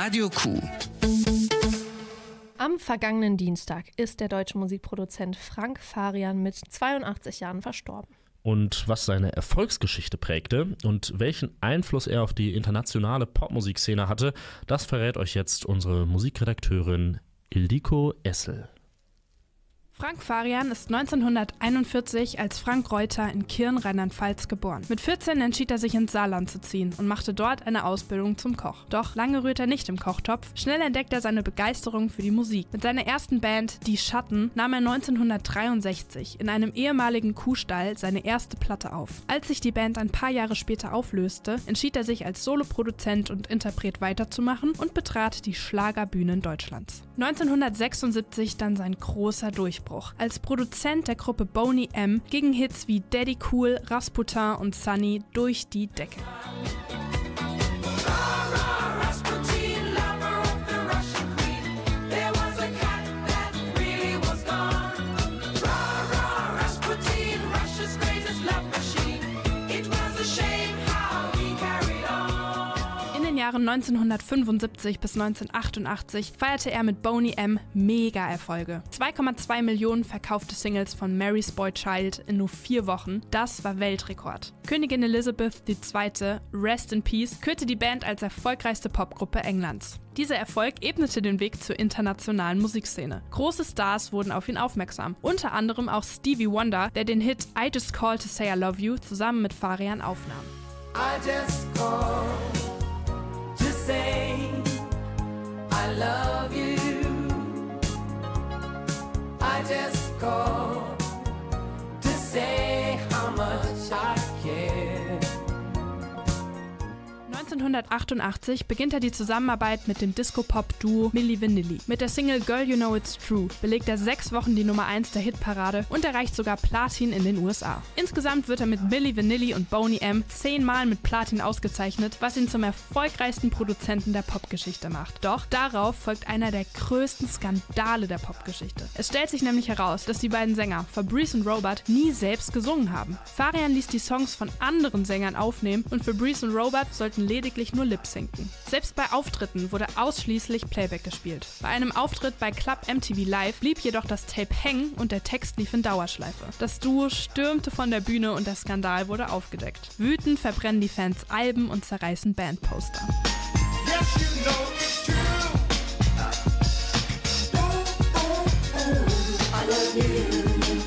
Radio Q. Am vergangenen Dienstag ist der deutsche Musikproduzent Frank Farian mit 82 Jahren verstorben. Und was seine Erfolgsgeschichte prägte und welchen Einfluss er auf die internationale Popmusikszene hatte, das verrät euch jetzt unsere Musikredakteurin Ildiko Essel. Frank Farian ist 1941 als Frank Reuter in Kirn, Rheinland-Pfalz geboren. Mit 14 entschied er sich ins Saarland zu ziehen und machte dort eine Ausbildung zum Koch. Doch lange rührt er nicht im Kochtopf. Schnell entdeckt er seine Begeisterung für die Musik. Mit seiner ersten Band Die Schatten nahm er 1963 in einem ehemaligen Kuhstall seine erste Platte auf. Als sich die Band ein paar Jahre später auflöste, entschied er sich als Soloproduzent und Interpret weiterzumachen und betrat die Schlagerbühnen Deutschlands. 1976 dann sein großer Durchbruch. Als Produzent der Gruppe Boney M. gingen Hits wie Daddy Cool, Rasputin und Sunny durch die Decke. Jahren 1975 bis 1988 feierte er mit Boney M. Mega-Erfolge. 2,2 Millionen verkaufte Singles von Mary's Boy Child in nur 4 Wochen, das war Weltrekord. Königin Elizabeth II., Rest in Peace, kürte die Band als erfolgreichste Popgruppe Englands. Dieser Erfolg ebnete den Weg zur internationalen Musikszene. Große Stars wurden auf ihn aufmerksam, unter anderem auch Stevie Wonder, der den Hit I Just Called to Say I Love You zusammen mit Farian aufnahm. I just called to say I love you. I just called to say how much I care. 1988 beginnt er die Zusammenarbeit mit dem Disco-Pop-Duo Milli Vanilli. Mit der Single Girl You Know It's True belegt er 6 Wochen die Nummer 1 der Hitparade und erreicht sogar Platin in den USA. Insgesamt wird er mit Milli Vanilli und Boney M 10-mal mit Platin ausgezeichnet, was ihn zum erfolgreichsten Produzenten der Popgeschichte macht. Doch darauf folgt einer der größten Skandale der Popgeschichte. Es stellt sich nämlich heraus, dass die beiden Sänger Fabrice und Robert nie selbst gesungen haben. Farian ließ die Songs von anderen Sängern aufnehmen und Fabrice und Robert sollten lediglich nur lip-sinken. Selbst bei Auftritten wurde ausschließlich Playback gespielt. Bei einem Auftritt bei Club MTV Live blieb jedoch das Tape hängen und der Text lief in Dauerschleife. Das Duo stürmte von der Bühne und der Skandal wurde aufgedeckt. Wütend verbrennen die Fans Alben und zerreißen Bandposter. Yes, you know it's true. I love you.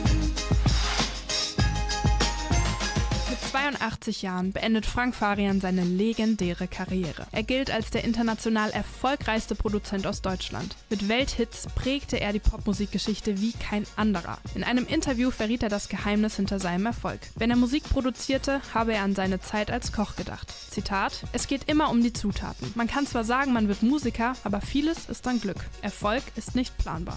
Mit 82 Jahren beendet Frank Farian seine legendäre Karriere. Er gilt als der international erfolgreichste Produzent aus Deutschland. Mit Welthits prägte er die Popmusikgeschichte wie kein anderer. In einem Interview verriet er das Geheimnis hinter seinem Erfolg. Wenn er Musik produzierte, habe er an seine Zeit als Koch gedacht. Zitat: Es geht immer um die Zutaten. Man kann zwar sagen, man wird Musiker, aber vieles ist dann Glück. Erfolg ist nicht planbar.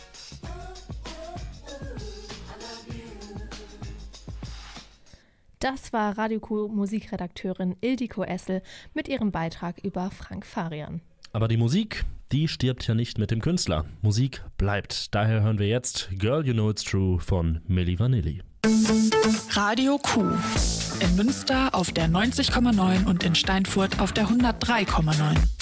Das war Radio Q Musikredakteurin Ildiko Essel mit ihrem Beitrag über Frank Farian. Aber die Musik, die stirbt ja nicht mit dem Künstler. Musik bleibt. Daher hören wir jetzt Girl You Know It's True von Milli Vanilli. Radio Q. In Münster auf der 90,9 und in Steinfurt auf der 103,9.